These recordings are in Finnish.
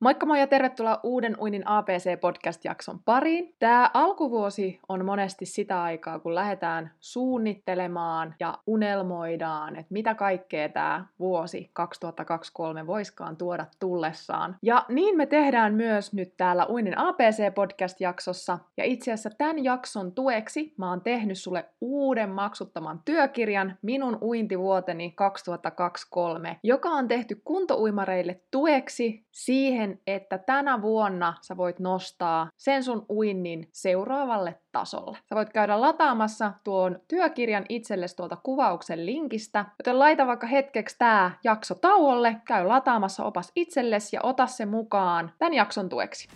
Moikka moi ja tervetuloa uuden Uinnin ABC-podcast-jakson pariin. Tämä alkuvuosi on monesti sitä aikaa, kun lähdetään suunnittelemaan ja unelmoidaan, että mitä kaikkea tämä vuosi 2023 voiskaan tuoda tullessaan. Ja niin me tehdään myös nyt täällä Uinnin ABC-podcast-jaksossa. Ja itse asiassa tämän jakson tueksi mä oon tehnyt sulle uuden maksuttoman työkirjan Minun uintivuoteni 2023, joka on tehty kuntouimareille tueksi siihen, että tänä vuonna sä voit nostaa sen sun uinnin seuraavalle tasolle. Sä voit käydä lataamassa tuon työkirjan itsellesi tuolta kuvauksen linkistä, joten laita vaikka hetkeksi tää jakso tauolle, käy lataamassa opas itsellesi ja ota se mukaan tämän jakson tueksi.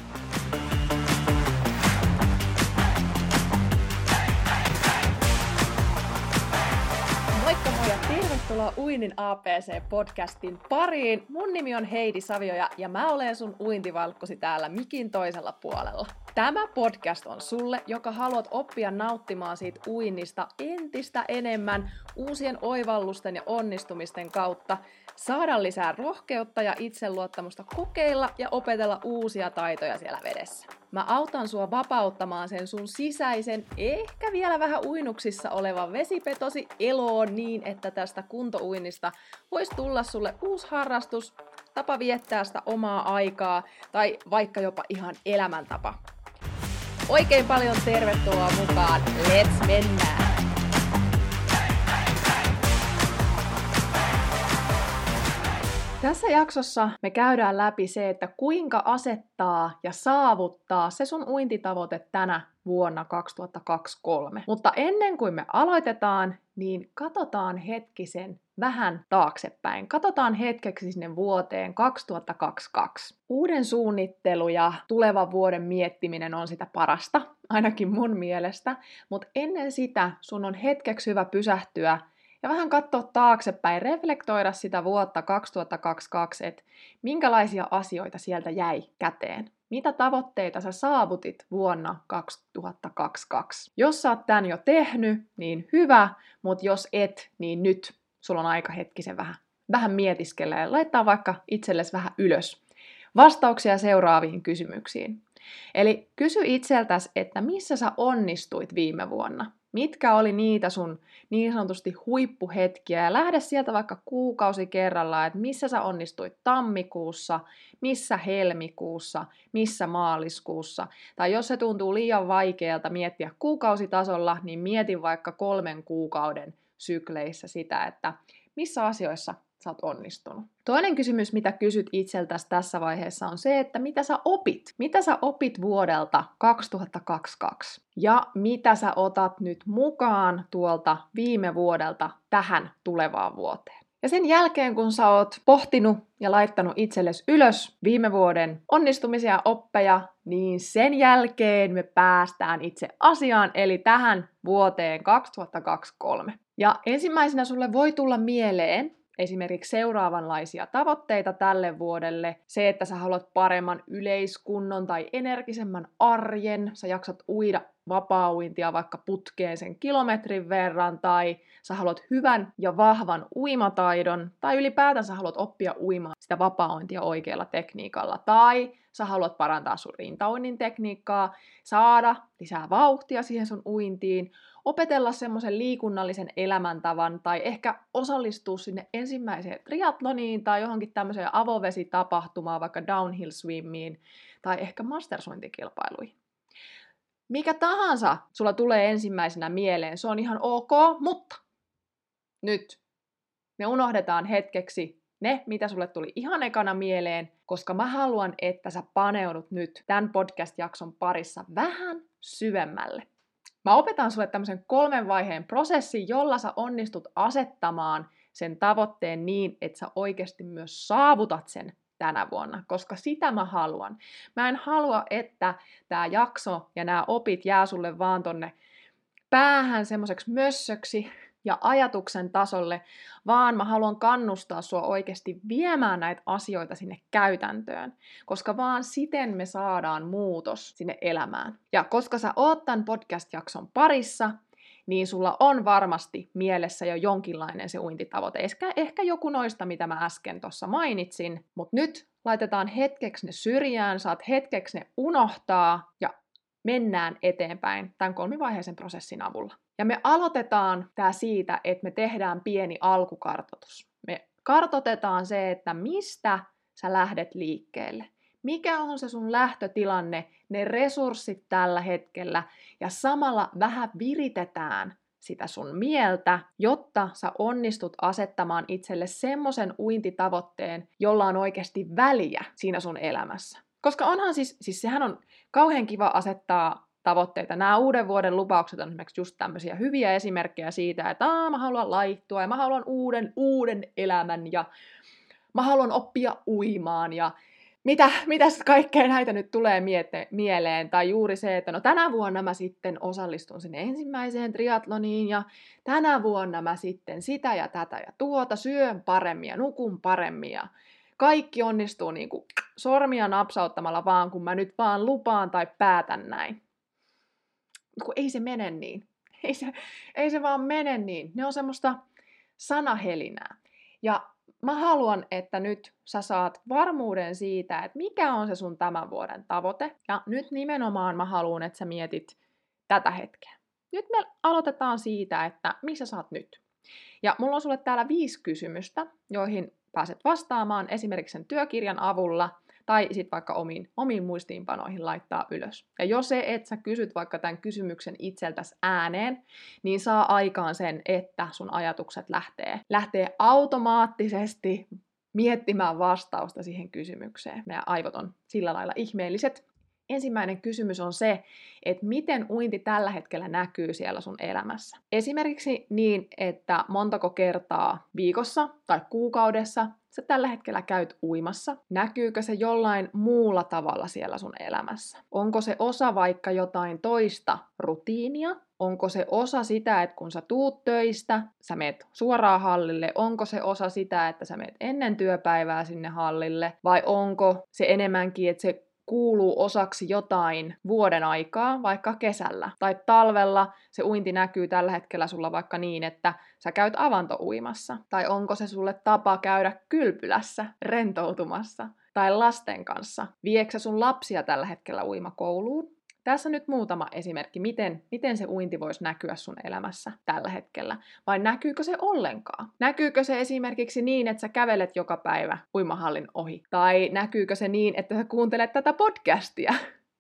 Tervetuloa Uinnin ABC-podcastin pariin. Mun nimi on Heidi Savioja ja mä olen sun uintivalkkosi täällä mikin toisella puolella. Tämä podcast on sulle, joka haluat oppia nauttimaan siitä uinnista entistä enemmän uusien oivallusten ja onnistumisten kautta, saada lisää rohkeutta ja itseluottamusta kokeilla ja opetella uusia taitoja siellä vedessä. Mä autan sua vapauttamaan sen sun sisäisen, ehkä vielä vähän uinuksissa olevan vesipetosi eloon niin, että tästä kuntouinnista voisi tulla sulle uusi harrastus, tapa viettää sitä omaa aikaa tai vaikka jopa ihan elämäntapa. Oikein paljon tervetuloa mukaan, let's mennään! Tässä jaksossa me käydään läpi se, että kuinka asettaa ja saavuttaa se sun uintitavoite tänä vuonna 2023. Mutta ennen kuin me aloitetaan, niin katsotaan hetkisen vähän taaksepäin. Katsotaan hetkeksi sinne vuoteen 2022. Uuden suunnittelu ja tulevan vuoden miettiminen on sitä parasta, ainakin mun mielestä. Mutta ennen sitä sun on hetkeksi hyvä pysähtyä ja vähän katsoa taaksepäin, reflektoida sitä vuotta 2022, että minkälaisia asioita sieltä jäi käteen. Mitä tavoitteita sä saavutit vuonna 2022? Jos sä oot tän jo tehnyt, niin hyvä, mutta jos et, niin nyt sulla on aika hetkisen vähän mietiskellä ja laittaa vaikka itsellesi vähän ylös vastauksia seuraaviin kysymyksiin. Eli kysy itseltäsi, että missä sä onnistuit viime vuonna? Mitkä oli niitä sun niin sanotusti huippuhetkiä ja lähde sieltä vaikka kuukausi kerrallaan, että missä sä onnistuit tammikuussa, missä helmikuussa, missä maaliskuussa. Tai jos se tuntuu liian vaikealta miettiä kuukausitasolla, niin mieti vaikka 3 kuukauden sykleissä sitä, että missä asioissa sä oot onnistunut. Toinen kysymys, mitä kysyt itseltäsi tässä vaiheessa on se, että mitä sä opit? Mitä sä opit vuodelta 2022? Ja mitä sä otat nyt mukaan tuolta viime vuodelta tähän tulevaan vuoteen? Ja sen jälkeen, kun sä oot pohtinut ja laittanut itsellesi ylös viime vuoden onnistumisia ja oppeja, niin sen jälkeen me päästään itse asiaan, eli tähän vuoteen 2023. Ja ensimmäisenä sulle voi tulla mieleen esimerkiksi seuraavanlaisia tavoitteita tälle vuodelle. Se, että sä haluat paremman yleiskunnon tai energisemmän arjen, sä jaksat uida vapaa-uintia vaikka putkeen sen kilometrin verran, tai sä haluat hyvän ja vahvan uimataidon, tai ylipäätään sä haluat oppia uimaan sitä vapaa-uintia oikealla tekniikalla, tai sä haluat parantaa sun rintauinnin tekniikkaa, saada lisää vauhtia siihen sun uintiin, opetella semmoisen liikunnallisen elämäntavan tai ehkä osallistua sinne ensimmäiseen triathloniin tai johonkin tämmöiseen avovesitapahtumaan, vaikka downhill swimmiin tai ehkä mastersointikilpailuihin. Mikä tahansa sulla tulee ensimmäisenä mieleen, se on ihan ok, mutta nyt me unohdetaan hetkeksi ne, mitä sulle tuli ihan ekana mieleen, koska mä haluan, että sä paneudut nyt tämän podcast-jakson parissa vähän syvemmälle. Mä opetan sulle tämmöisen 3 vaiheen prosessin, jolla sä onnistut asettamaan sen tavoitteen niin, että sä oikeasti myös saavutat sen tänä vuonna, koska sitä mä haluan. Mä en halua, että tää jakso ja nämä opit jää sulle vaan tonne päähän semmoiseksi mössöksi ja ajatuksen tasolle, vaan mä haluan kannustaa sua oikeasti viemään näitä asioita sinne käytäntöön, koska vaan siten me saadaan muutos sinne elämään. Ja koska sä oot tämän podcast-jakson parissa, niin sulla on varmasti mielessä jo jonkinlainen se uintitavoite. Ehkä joku noista, mitä mä äsken tuossa mainitsin, mutta nyt laitetaan hetkeksi ne syrjään, saat hetkeksi ne unohtaa ja mennään eteenpäin tämän 3-vaiheisen prosessin avulla. Ja me aloitetaan tää siitä, että me tehdään pieni alkukartoitus. Me kartoitetaan se, että mistä sä lähdet liikkeelle. Mikä on se sun lähtötilanne, ne resurssit tällä hetkellä, ja samalla vähän viritetään sitä sun mieltä, jotta sä onnistut asettamaan itselle semmoisen uintitavoitteen, jolla on oikeasti väliä siinä sun elämässä. Koska onhan siis sehän on kauhean kiva asettaa tavoitteita. Nämä uuden vuoden lupaukset on esimerkiksi just tämmöisiä hyviä esimerkkejä siitä, että mä haluan laihtua ja mä haluan uuden elämän ja mä haluan oppia uimaan ja mitä kaikkea näitä nyt tulee mieleen, tai juuri se, että no tänä vuonna mä sitten osallistun sinne ensimmäiseen triatloniin, ja tänä vuonna mä sitten sitä ja tätä ja tuota, syön paremmin ja nukun paremmin, ja kaikki onnistuu niin kuin sormia napsauttamalla vaan, kun mä nyt vaan lupaan tai päätän näin. Kun ei se mene niin. Ei se vaan mene niin. Ne on semmoista sanahelinää. Ja mä haluan, että nyt sä saat varmuuden siitä, että mikä on se sun tämän vuoden tavoite. Ja nyt nimenomaan mä haluan, että sä mietit tätä hetkeä. Nyt me aloitetaan siitä, että missä sä oot nyt. Ja mulla on sulle täällä 5 kysymystä, joihin pääset vastaamaan esimerkiksi sen työkirjan avulla, tai sitten vaikka omiin muistiinpanoihin laittaa ylös. Ja jos et sä kysyt vaikka tämän kysymyksen itseltäsi ääneen, niin saa aikaan sen, että sun ajatukset lähtee automaattisesti miettimään vastausta siihen kysymykseen. Meidän aivot on sillä lailla ihmeelliset. Ensimmäinen kysymys on se, että miten uinti tällä hetkellä näkyy siellä sun elämässä. Esimerkiksi niin, että montako kertaa viikossa tai kuukaudessa sä tällä hetkellä käyt uimassa. Näkyykö se jollain muulla tavalla siellä sun elämässä? Onko se osa vaikka jotain toista rutiinia? Onko se osa sitä, että kun sä tuut töistä, sä meet suoraan hallille? Onko se osa sitä, että sä meet ennen työpäivää sinne hallille? Vai onko se enemmänkin, että se kuuluu osaksi jotain vuoden aikaa, vaikka kesällä tai talvella se uinti näkyy tällä hetkellä sulla vaikka niin, että sä käyt avantouimassa. Tai onko se sulle tapa käydä kylpylässä rentoutumassa tai lasten kanssa? Viekö sun lapsia tällä hetkellä uimakouluun? Tässä nyt muutama esimerkki, miten se uinti voisi näkyä sun elämässä tällä hetkellä. Vai näkyykö se ollenkaan? Näkyykö se esimerkiksi niin, että sä kävelet joka päivä uimahallin ohi? Tai näkyykö se niin, että sä kuuntelet tätä podcastia?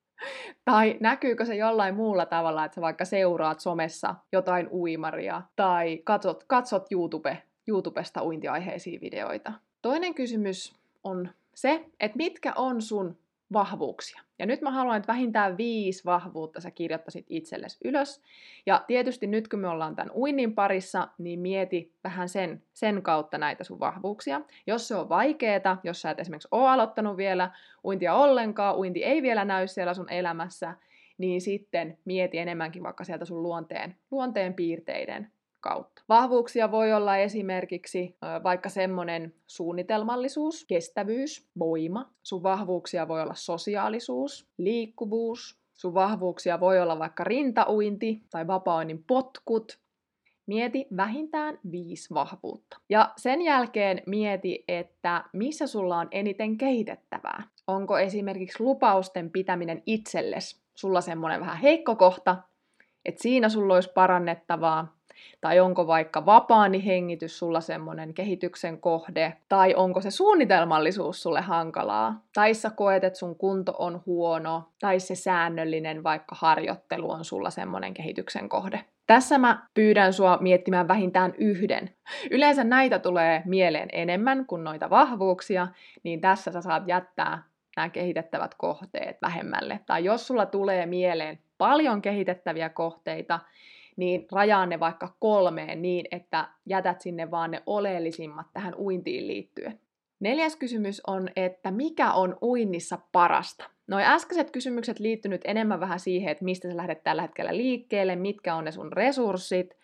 Tai näkyykö se jollain muulla tavalla, että sä vaikka seuraat somessa jotain uimaria? Tai katsot YouTubesta uintiaiheisia videoita? Toinen kysymys on se, että mitkä on sun vahvuuksia. Ja nyt mä haluan, että vähintään 5 vahvuutta sä kirjoittaisit itsellesi ylös. Ja tietysti nyt kun me ollaan tämän uinnin parissa, niin mieti vähän sen kautta näitä sun vahvuuksia. Jos se on vaikeeta, jos sä et esimerkiksi ole aloittanut vielä uintia ollenkaan, uinti ei vielä näy siellä sun elämässä, niin sitten mieti enemmänkin vaikka sieltä sun luonteen piirteiden kautta. Vahvuuksia voi olla esimerkiksi vaikka semmoinen suunnitelmallisuus, kestävyys, voima. Sun vahvuuksia voi olla sosiaalisuus, liikkuvuus. Sun vahvuuksia voi olla vaikka rintauinti tai vapaa-uinnin potkut. Mieti vähintään 5 vahvuutta. Ja sen jälkeen mieti, että missä sulla on eniten kehitettävää. Onko esimerkiksi lupausten pitäminen itsellesi sulla semmoinen vähän heikko kohta, että siinä sulla olisi parannettavaa? Tai onko vaikka vapaani hengitys sulla semmoinen kehityksen kohde? Tai onko se suunnitelmallisuus sulle hankalaa? Tai sä koet, että sun kunto on huono? Tai se säännöllinen vaikka harjoittelu on sulla semmoinen kehityksen kohde? Tässä mä pyydän sua miettimään vähintään 1. Yleensä näitä tulee mieleen enemmän kuin noita vahvuuksia, niin tässä sä saat jättää nämä kehitettävät kohteet vähemmälle. Tai jos sulla tulee mieleen paljon kehitettäviä kohteita, niin rajaa ne vaikka 3 niin, että jätät sinne vaan ne oleellisimmat tähän uintiin liittyen. 4. kysymys on, että mikä on uinnissa parasta? Noi äskeiset kysymykset liittyy nyt enemmän vähän siihen, että mistä sä lähdet tällä hetkellä liikkeelle, mitkä on ne sun resurssit.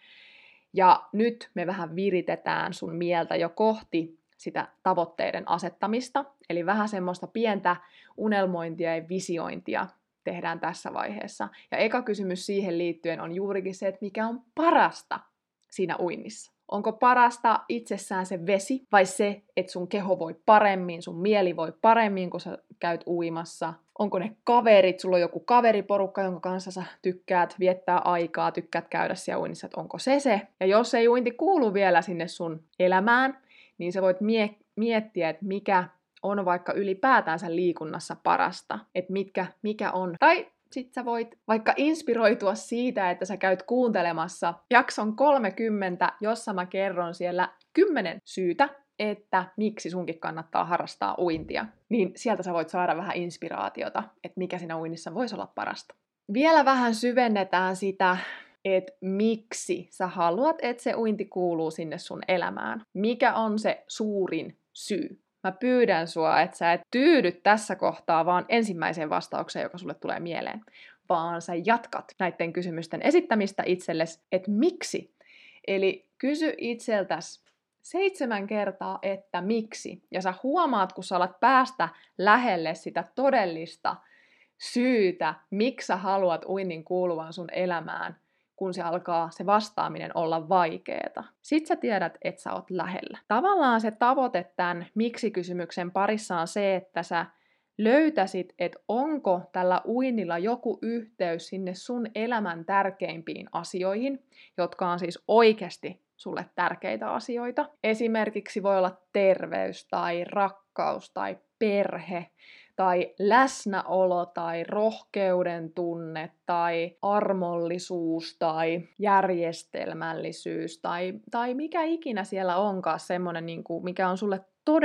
Ja nyt me vähän viritetään sun mieltä jo kohti sitä tavoitteiden asettamista. Eli vähän semmoista pientä unelmointia ja visiointia tehdään tässä vaiheessa. Ja eka kysymys siihen liittyen on juurikin se, että mikä on parasta siinä uinnissa. Onko parasta itsessään se vesi vai se, että sun keho voi paremmin, sun mieli voi paremmin, kun sä käyt uimassa? Onko ne kaverit, sulla on joku kaveriporukka, jonka kanssa sä tykkäät viettää aikaa, tykkäät käydä siellä uinnissa, että onko se? Ja jos ei uinti kuulu vielä sinne sun elämään, niin sä voit miettiä, että mikä on vaikka ylipäätänsä liikunnassa parasta, että mikä on. Tai sit sä voit vaikka inspiroitua siitä, että sä käyt kuuntelemassa jakson 30, jossa mä kerron siellä 10 syytä, että miksi sunkin kannattaa harrastaa uintia. Niin sieltä sä voit saada vähän inspiraatiota, että mikä siinä uinnissa voisi olla parasta. Vielä vähän syvennetään sitä, että miksi sä haluat, että se uinti kuuluu sinne sun elämään. Mikä on se suurin syy? Mä pyydän sua, että sä et tyydy tässä kohtaa vaan ensimmäiseen vastaukseen, joka sulle tulee mieleen, vaan sä jatkat näiden kysymysten esittämistä itsellesi, että miksi. Eli kysy itseltäsi 7 kertaa, että miksi. Ja sä huomaat, kun sä alat päästä lähelle sitä todellista syytä, miksi sä haluat uinnin kuuluvan sun elämään, kun se vastaaminen olla vaikeeta. Sitten sä tiedät, että sä oot lähellä. Tavallaan se tavoite tämän miksi-kysymyksen parissa on se, että sä löytäisit, että onko tällä uinnilla joku yhteys sinne sun elämän tärkeimpiin asioihin, jotka on siis oikeasti sulle tärkeitä asioita. Esimerkiksi voi olla terveys tai rakkaus tai perhe, tai läsnäolo, tai rohkeuden tunne, tai armollisuus, tai järjestelmällisyys, tai mikä ikinä siellä onkaan semmoinen, mikä on sulle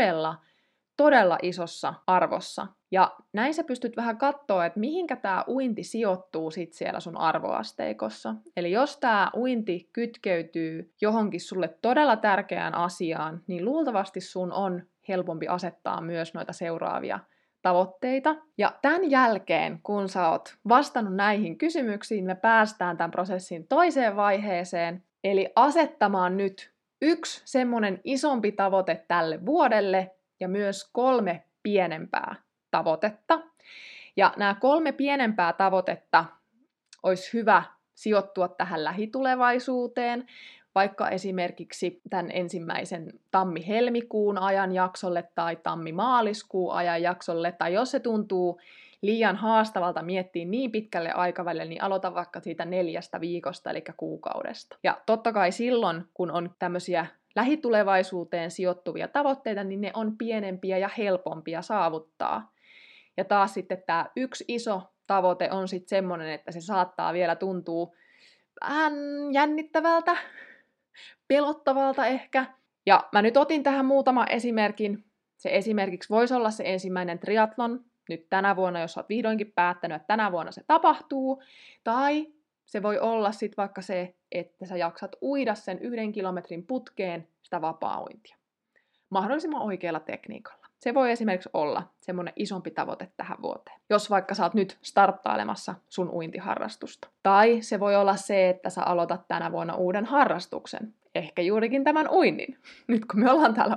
todella isossa arvossa. Ja näin sä pystyt vähän katsoa, että mihinkä tämä uinti sijoittuu sit siellä sun arvoasteikossa. Eli jos tämä uinti kytkeytyy johonkin sulle todella tärkeään asiaan, niin luultavasti sun on helpompi asettaa myös noita seuraavia tavoitteita. Ja tämän jälkeen, kun sä oot vastannut näihin kysymyksiin, me päästään tämän prosessin toiseen vaiheeseen, eli asettamaan nyt 1 semmonen isompi tavoite tälle vuodelle ja myös 3 pienempää tavoitetta. Ja nämä 3 pienempää tavoitetta olisi hyvä sijoittua tähän lähitulevaisuuteen, vaikka esimerkiksi tämän ensimmäisen tammi-helmikuun ajanjaksolle tai tammi-maaliskuun ajanjaksolle, tai jos se tuntuu liian haastavalta miettiä niin pitkälle aikavälille, niin aloita vaikka siitä 4 viikosta, eli kuukaudesta. Ja totta kai silloin, kun on tämmöisiä lähitulevaisuuteen sijoittuvia tavoitteita, niin ne on pienempiä ja helpompia saavuttaa. Ja taas sitten tämä 1 iso tavoite on sitten semmoinen, että se saattaa vielä tuntua vähän jännittävältä, pelottavalta ehkä. Ja mä nyt otin tähän muutama esimerkin. Se esimerkiksi voisi olla se ensimmäinen triathlon nyt tänä vuonna, jos olet vihdoinkin päättänyt, että tänä vuonna se tapahtuu. Tai se voi olla sitten vaikka se, että sä jaksat uida sen 1 kilometrin putkeen sitä vapaa-uintia. Mahdollisimman oikealla tekniikalla. Se voi esimerkiksi olla semmoinen isompi tavoite tähän vuoteen, jos vaikka sä oot nyt starttailemassa sun uintiharrastusta. Tai se voi olla se, että sä aloitat tänä vuonna uuden harrastuksen. Ehkä juurikin tämän uinnin, nyt kun me ollaan täällä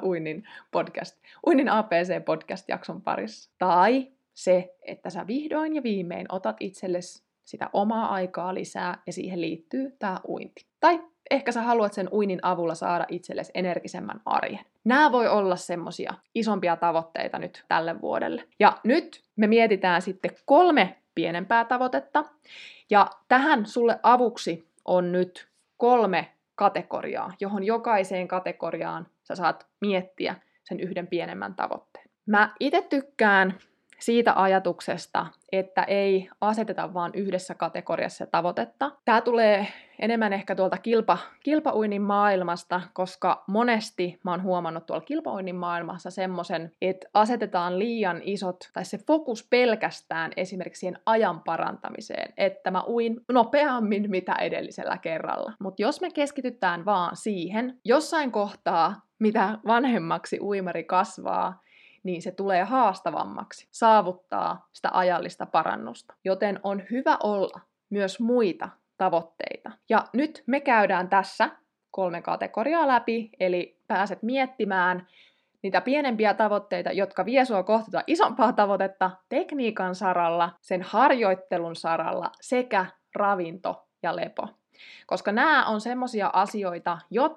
uinnin APC-podcast-jakson parissa. Tai se, että sä vihdoin ja viimein otat itsellesi sitä omaa aikaa lisää ja siihen liittyy tää uinti. Tai ehkä sä haluat sen uinnin avulla saada itsellesi energisemmän arjen. Nämä voi olla semmosia isompia tavoitteita nyt tälle vuodelle. Ja nyt me mietitään sitten 3 pienempää tavoitetta. Ja tähän sulle avuksi on nyt 3 kategoriaa, johon jokaiseen kategoriaan sä saat miettiä sen 1 pienemmän tavoitteen. Mä itse tykkään siitä ajatuksesta, että ei aseteta vaan yhdessä kategoriassa tavoitetta. Tämä tulee enemmän ehkä tuolta kilpauinnin maailmasta, koska monesti mä oon huomannut tuolla kilpauinnin maailmassa semmoisen, että asetetaan liian isot, tai se fokus pelkästään esimerkiksi siihen ajan parantamiseen, että mä uin nopeammin mitä edellisellä kerralla. Mutta jos me keskitytään vaan siihen, jossain kohtaa, mitä vanhemmaksi uimari kasvaa, niin se tulee haastavammaksi saavuttaa sitä ajallista parannusta. Joten on hyvä olla myös muita tavoitteita. Ja nyt me käydään tässä 3 kategoriaa läpi, eli pääset miettimään niitä pienempiä tavoitteita, jotka vie sua kohti isompaa tavoitetta tekniikan saralla, sen harjoittelun saralla sekä ravinto ja lepo. Koska nämä on semmosia asioita, jotka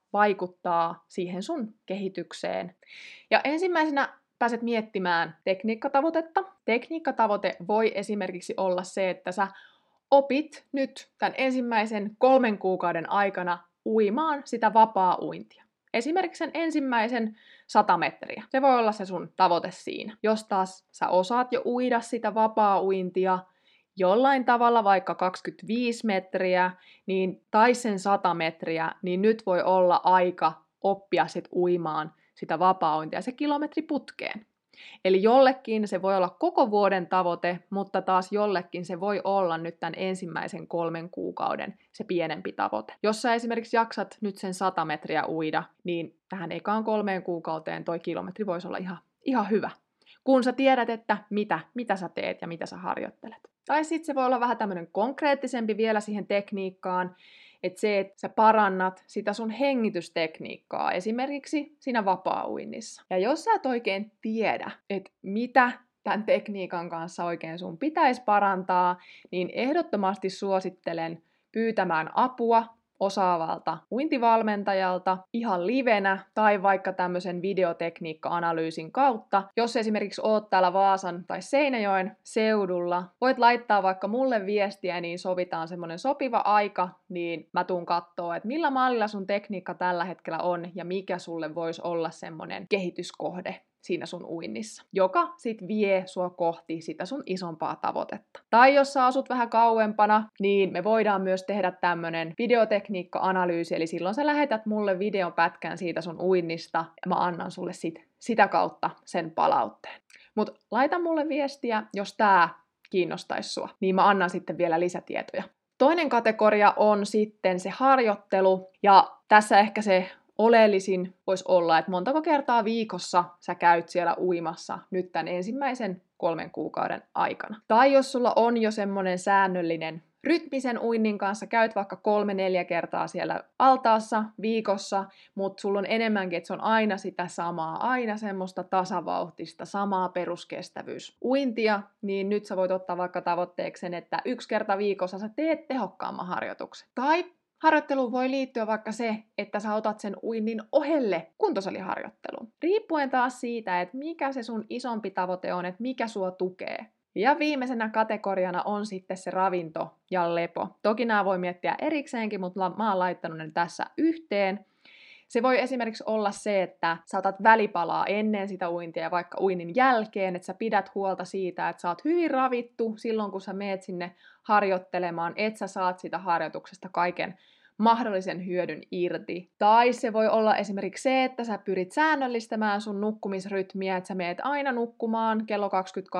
vaikuttaa siihen sun kehitykseen. Ja ensimmäisenä pääset miettimään tekniikkatavoitetta. Tekniikkatavoite voi esimerkiksi olla se, että sä opit nyt tämän ensimmäisen 3 kuukauden aikana uimaan sitä vapaa-uintia. Esimerkiksi sen ensimmäisen 100 metriä. Se voi olla se sun tavoite siinä. Jos taas sä osaat jo uida sitä vapaa-uintia jollain tavalla, vaikka 25 metriä tai sen 100 metriä, niin nyt voi olla aika oppia sit uimaan sitä vapaa-uintia se kilometri putkeen. Eli jollekin se voi olla koko vuoden tavoite, mutta taas jollekin se voi olla nyt tämän ensimmäisen 3 kuukauden se pienempi tavoite. Jos sä esimerkiksi jaksat nyt sen 100 metriä uida, niin tähän ekaan 3 kuukauteen toi kilometri voisi olla ihan hyvä. Kun sä tiedät, että mitä sä teet ja mitä sä harjoittelet. Tai sitten se voi olla vähän tämmöinen konkreettisempi vielä siihen tekniikkaan, että sä parannat sitä sun hengitystekniikkaa esimerkiksi siinä vapaa-uinnissa. Ja jos sä et oikein tiedä, että mitä tämän tekniikan kanssa oikein sun pitäisi parantaa, niin ehdottomasti suosittelen pyytämään apua osaavalta uintivalmentajalta ihan livenä tai vaikka tämmöisen videotekniikka-analyysin kautta. Jos esimerkiksi oot täällä Vaasan tai Seinäjoen seudulla, voit laittaa vaikka mulle viestiä, niin sovitaan semmoinen sopiva aika, niin mä tuun kattoo, että millä mallilla sun tekniikka tällä hetkellä on ja mikä sulle voisi olla semmoinen kehityskohde siinä sun uinnissa, joka sit vie sua kohti sitä sun isompaa tavoitetta. Tai jos sä asut vähän kauempana, niin me voidaan myös tehdä tämmönen videotekniikka-analyysi, eli silloin sä lähetät mulle videopätkän siitä sun uinnista, ja mä annan sulle sitä kautta sen palautteen. Mut laita mulle viestiä, jos tää kiinnostaisi sua, niin mä annan sitten vielä lisätietoja. Toinen kategoria on sitten se harjoittelu, ja tässä ehkä se oleellisin voisi olla, että montako kertaa viikossa sä käyt siellä uimassa nyt tämän ensimmäisen 3 kuukauden aikana. Tai jos sulla on jo semmoinen säännöllinen rytmisen uinnin kanssa, käyt vaikka 3-4 kertaa siellä altaassa viikossa, mutta sulla on enemmänkin, että se on aina sitä samaa, aina semmoista tasavauhtista, samaa peruskestävyysuintia, niin nyt sä voit ottaa vaikka tavoitteeksi, että 1 kerta viikossa sä teet tehokkaamman harjoituksen. Tai harjoitteluun voi liittyä vaikka se, että sä otat sen uinnin ohelle kuntosaliharjoitteluun. Riippuen taas siitä, että mikä se sun isompi tavoite on, että mikä sua tukee. Ja viimeisenä kategoriana on sitten se ravinto ja lepo. Toki nämä voi miettiä erikseenkin, mutta mä oon laittanut ne tässä yhteen. Se voi esimerkiksi olla se, että sä otat välipalaa ennen sitä uintia ja vaikka uinnin jälkeen, että sä pidät huolta siitä, että sä oot hyvin ravittu silloin, kun sä meet sinne harjoittelemaan, että sä saat sitä harjoituksesta kaiken mahdollisen hyödyn irti. Tai se voi olla esimerkiksi se, että sä pyrit säännöllistämään sun nukkumisrytmiä, että sä meet aina nukkumaan kello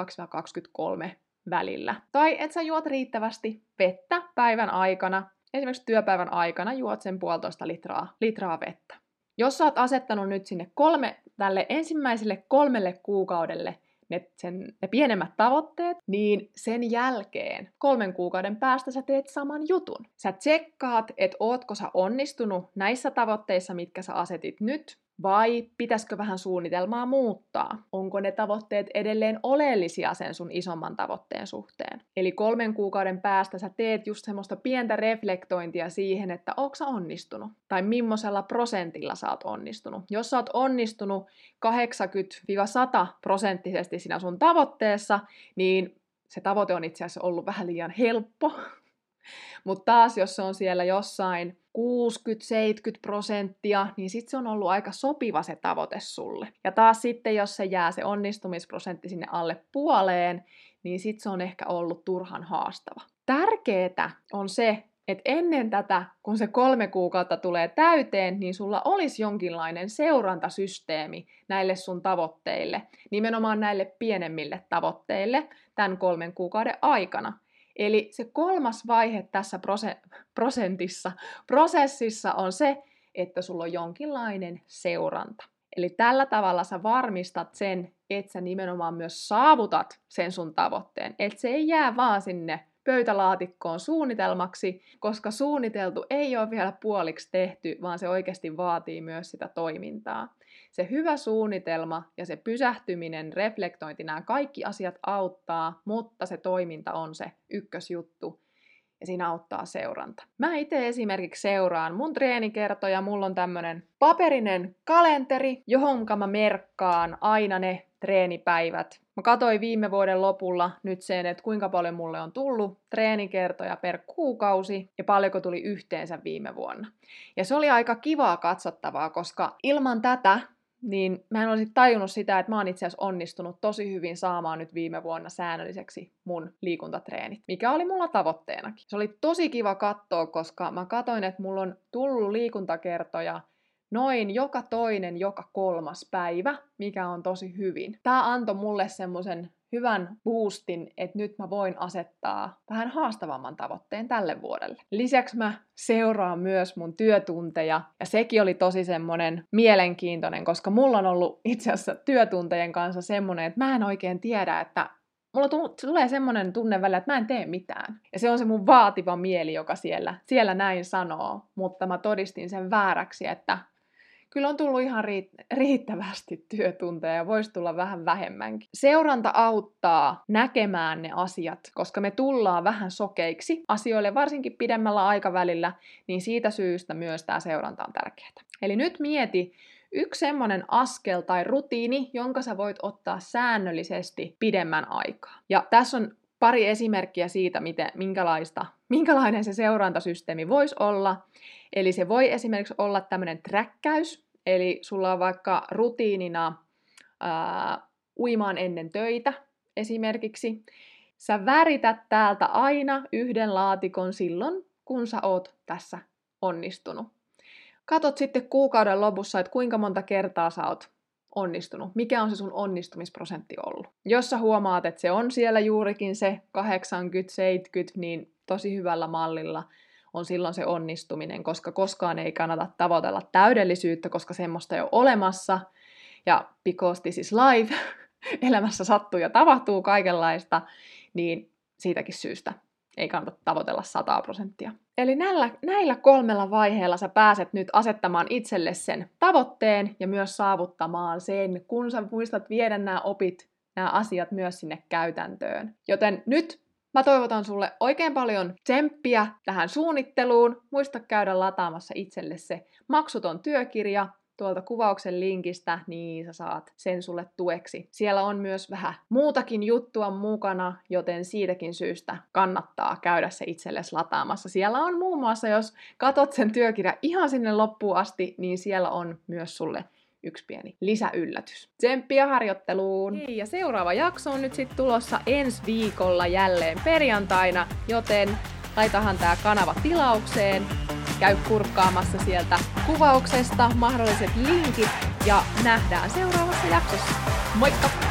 22-23 välillä. Tai että sä juot riittävästi vettä päivän aikana. Esimerkiksi työpäivän aikana juot sen 1,5 litraa vettä. Jos sä oot asettanut nyt sinne tälle ensimmäiselle 3 kuukaudelle ne pienemmät tavoitteet, niin sen jälkeen 3 kuukauden päästä sä teet saman jutun. Sä tsekkaat, että ootko sä onnistunut näissä tavoitteissa, mitkä sä asetit nyt, vai pitäisikö vähän suunnitelmaa muuttaa? Onko ne tavoitteet edelleen oleellisia sen sun isomman tavoitteen suhteen? Eli 3 kuukauden päästä sä teet just semmoista pientä reflektointia siihen, että ootko sä onnistunut? Tai millaisella prosentilla sä oot onnistunut? Jos sä oot onnistunut 80-100% siinä sun tavoitteessa, niin se tavoite on itse asiassa ollut vähän liian helppo. Mutta taas, jos se on siellä jossain 60-70%, niin sitten se on ollut aika sopiva se tavoite sulle. Ja taas sitten, jos se jää se onnistumisprosentti sinne alle puoleen, niin sitten se on ehkä ollut turhan haastava. Tärkeää on se, että ennen tätä, kun se 3 kuukautta tulee täyteen, niin sulla olisi jonkinlainen seurantasysteemi näille sun tavoitteille, nimenomaan näille pienemmille tavoitteille tämän 3 kuukauden aikana. Eli se 3. vaihe tässä prosessissa on se, että sulla on jonkinlainen seuranta. Eli tällä tavalla sä varmistat sen, että sä nimenomaan myös saavutat sen sun tavoitteen. Että se ei jää vaan sinne pöytälaatikkoon suunnitelmaksi, koska suunniteltu ei ole vielä puoliksi tehty, vaan se oikeasti vaatii myös sitä toimintaa. Se hyvä suunnitelma ja se pysähtyminen, reflektointi, nämä kaikki asiat auttaa, mutta se toiminta on se ykkösjuttu. ja siinä auttaa seuranta. Mä itse esimerkiksi seuraan mun treenikertoja, mulla on tämmönen paperinen kalenteri, johonka mä merkkaan aina ne treenipäivät. Mä katsoin viime vuoden lopulla nyt sen, että kuinka paljon mulle on tullut treenikertoja per kuukausi ja paljonko tuli yhteensä viime vuonna. Ja se oli aika kivaa katsottavaa, koska ilman tätä niin mä en olisi tajunnut sitä, että mä oon itse asiassa onnistunut tosi hyvin saamaan nyt viime vuonna säännölliseksi mun liikuntatreenit, mikä oli mulla tavoitteenakin. Se oli tosi kiva katsoa, koska mä katsoin, että mulla on tullut liikuntakertoja noin joka toinen, joka kolmas päivä, mikä on tosi hyvin. Tää antoi mulle semmoisen hyvän boostin, että nyt mä voin asettaa vähän haastavamman tavoitteen tälle vuodelle. Lisäksi mä seuraan myös mun työtunteja, ja sekin oli tosi semmonen mielenkiintoinen, koska mulla on ollut itse asiassa työtuntejen kanssa semmonen, että mä en oikein tiedä, että mulla tulee semmonen tunne välillä, että mä en tee mitään. Ja se on se mun vaativa mieli, joka siellä näin sanoo, mutta mä todistin sen vääräksi, että kyllä on tullut ihan riittävästi työtunteja ja voisi tulla vähän vähemmänkin. Seuranta auttaa näkemään ne asiat, koska me tullaan vähän sokeiksi asioille, varsinkin pidemmällä aikavälillä, niin siitä syystä myös tämä seuranta on tärkeää. Eli nyt mieti yksi semmoinen askel tai rutiini, jonka sä voit ottaa säännöllisesti pidemmän aikaa. Ja tässä on pari esimerkkiä siitä, minkälainen se seurantasysteemi voisi olla. Eli se voi esimerkiksi olla tämmöinen träkkäys, eli sulla on vaikka rutiinina uimaan ennen töitä esimerkiksi. Sä värität täältä aina yhden laatikon silloin, kun sä oot tässä onnistunut. Katot sitten kuukauden lopussa, että kuinka monta kertaa sä oot onnistunut. Mikä on se sun onnistumisprosentti ollut? Jos sä huomaat, että se on siellä juurikin se 80-70, niin tosi hyvällä mallilla on silloin se onnistuminen, koska koskaan ei kannata tavoitella täydellisyyttä, koska semmoista ei ole olemassa. Ja because this is life, elämässä sattuu ja tapahtuu kaikenlaista, niin siitäkin syystä ei kannata tavoitella 100%. Eli näillä 3 vaiheella sä pääset nyt asettamaan itselle sen tavoitteen ja myös saavuttamaan sen, kun sä muistat viedä nämä asiat myös sinne käytäntöön. Joten nyt mä toivotan sulle oikein paljon tsemppiä tähän suunnitteluun. Muista käydä lataamassa itselle se maksuton työkirja tuolta kuvauksen linkistä, niin sä saat sen sulle tueksi. Siellä on myös vähän muutakin juttua mukana, joten siitäkin syystä kannattaa käydä se itsellesi lataamassa. Siellä on muun muassa, jos katot sen työkirja ihan sinne loppuun asti, niin siellä on myös sulle yksi pieni lisäyllätys. Tsemppiä harjoitteluun! Hei, ja seuraava jakso on nyt sitten tulossa ensi viikolla jälleen perjantaina, joten laitahan tää kanava tilaukseen. Käy kurkkaamassa sieltä kuvauksesta mahdolliset linkit ja nähdään seuraavassa jaksossa. Moikka!